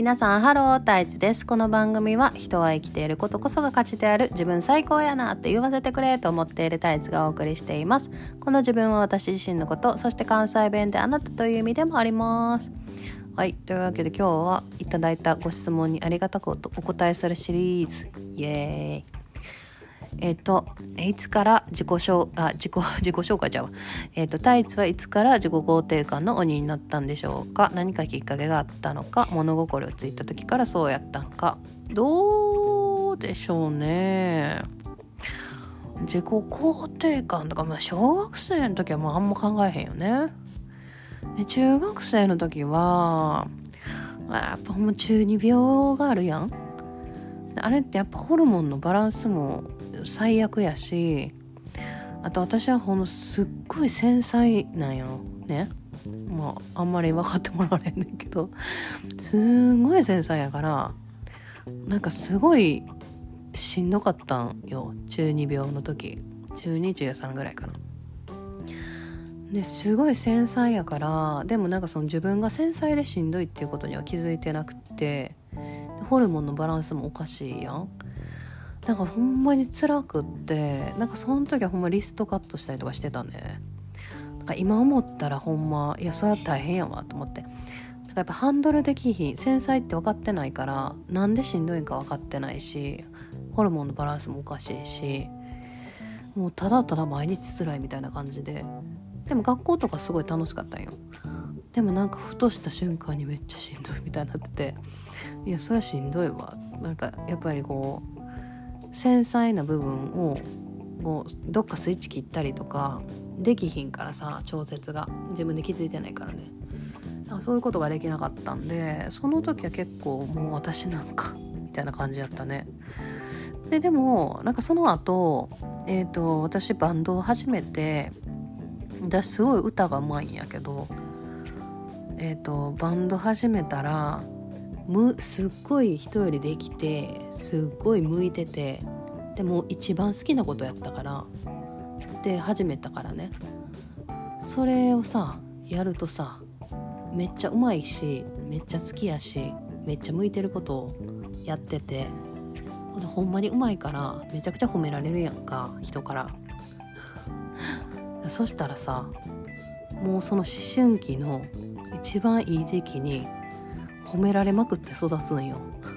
皆さんハロー、タイツです。この番組は人は生きていることこそが価値である、自分最高やなって言わせてくれと思っているタイツがお送りしています。この自分は私自身のこと、そして関西弁であなたという意味でもあります。はい、というわけで今日はいただいたご質問にありがたくお答えするシリーズ、イエーイ。いつから自己紹介ちゃうわ。タイツはいつから自己肯定感の鬼になったんでしょうか。何かきっかけがあったのか、物心ついた時からそうやったんか。どうでしょうね。自己肯定感とか、小学生の時はあんま考えへんよね。中学生の時はやっぱもう中二病があるやん。あれってやっぱホルモンのバランスも最悪やし、あと私はすっごい繊細なんよね。あんまり分かってもらわれんねんけど、すんごい繊細やから、なんかすごいしんどかったんよ、中二病の時。中2中3ぐらいかな。ですごい繊細やから、でもなんかその自分が繊細でしんどいっていうことには気づいてなくて、ホルモンのバランスもおかしいやん。なんかほんまに辛くって、なんかその時はほんまリストカットしたりとかしてたね。なんか今思ったらほんま、いやそれは大変やわと思って。なんかやっぱハンドルできひん、繊細って分かってないから、なんでしんどいんか分かってないし、ホルモンのバランスもおかしいし、もうただただ毎日辛いみたいな感じで。でも学校とかすごい楽しかったんよ。でもなんかふとした瞬間にめっちゃしんどいみたいになってて、いやそれはしんどいわ。なんかやっぱりこう繊細な部分をもうどっかスイッチ切ったりとかできひんからさ、調節が自分で気づいてないからね。そういうことができなかったんで、その時は結構もう私なんかみたいな感じやったね。でもなんかその後私バンドを始めて、私すごい歌がうまいんやけど、バンド始めたらすっごい人よりできて、すっごい向いてて、でも一番好きなことやったからで始めたからね。それをさやるとさ、めっちゃうまいし、めっちゃ好きやし、めっちゃ向いてることをやってて、ほんまにうまいからめちゃくちゃ褒められるやんか、人から。そしたらさ、もうその思春期の一番いい時期に褒められまくって育つんよ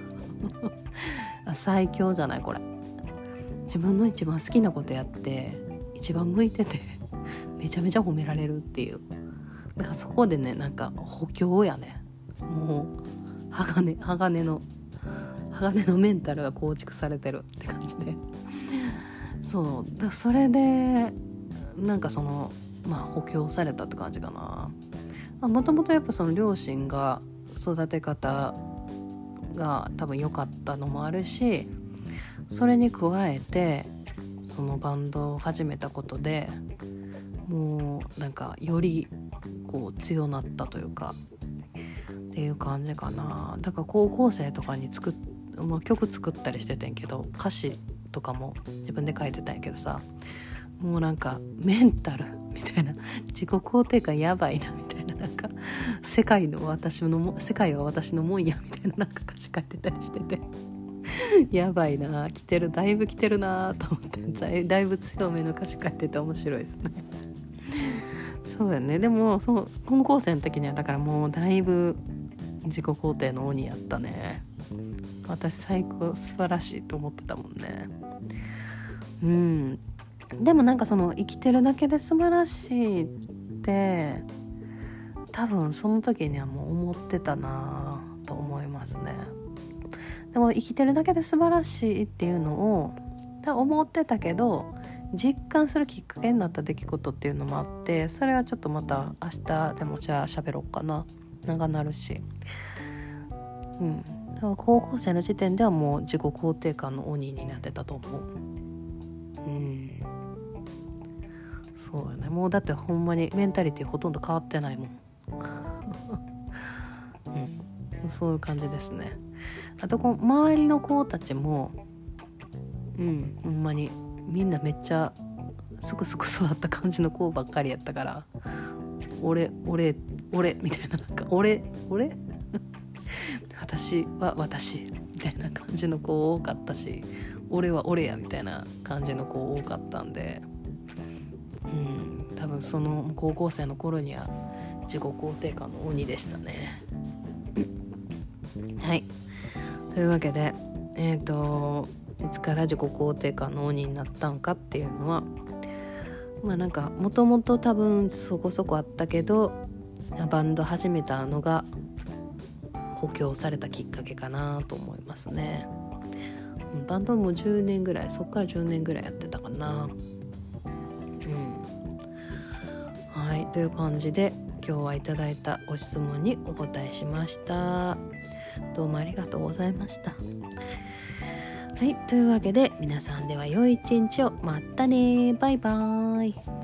最強じゃないこれ。自分の一番好きなことやって一番向いててめちゃめちゃ褒められるっていう。だからそこでね、なんか補強やね。もう鋼のメンタルが構築されてるって感じで、そうだ、それでなんか補強されたって感じかな。もともとやっぱその両親が育て方が多分良かったのもあるし、それに加えてそのバンドを始めたことでもうなんかよりこう強なったというかっていう感じかな。だから高校生とかに曲作ったりしててんけど、歌詞とかも自分で書いてたんやけどさ、もうなんかメンタルみたいな、自己肯定感やばいなみたいな、なんか世界は私のもんやみたいな、なんか歌詞書いてたりしててやばいな、だいぶ来てるなと思って、だいぶ強めの歌詞書いてて面白いですねそうだね。でも高校生の時にはだからもうだいぶ自己肯定の鬼やったね。私最高、素晴らしいと思ってたもんね。でもなんか生きてるだけで素晴らしいって多分その時にはもう思ってたなと思いますね。でも生きてるだけで素晴らしいっていうのを思ってたけど、実感するきっかけになった出来事っていうのもあって、それはちょっとまた明日でもじゃあ喋ろうかな。長なるし、高校生の時点ではもう自己肯定感の鬼になってたと思う。そうよね。もうだってほんまにメンタリティほとんど変わってないもんそういう感じですね。あと周りの子たちもほんまにみんなめっちゃすくすく育った感じの子ばっかりやったから、俺みたいな、なんか俺私は私みたいな感じの子多かったし、俺は俺やみたいな感じの子多かったんで、多分その高校生の頃には自己肯定感の鬼でしたね。はい、というわけでいつから自己肯定感の鬼になったんかっていうのは、なんかもともと多分そこそこあったけど、バンド始めたのが補強されたきっかけかなと思いますね。バンドも10年ぐらい、そっから10年ぐらいやってたかな。はい、という感じで今日はいただいたご質問にお答えしました。どうもありがとうございました。はい、というわけで皆さんでは良い一日を。またね、バイバイ。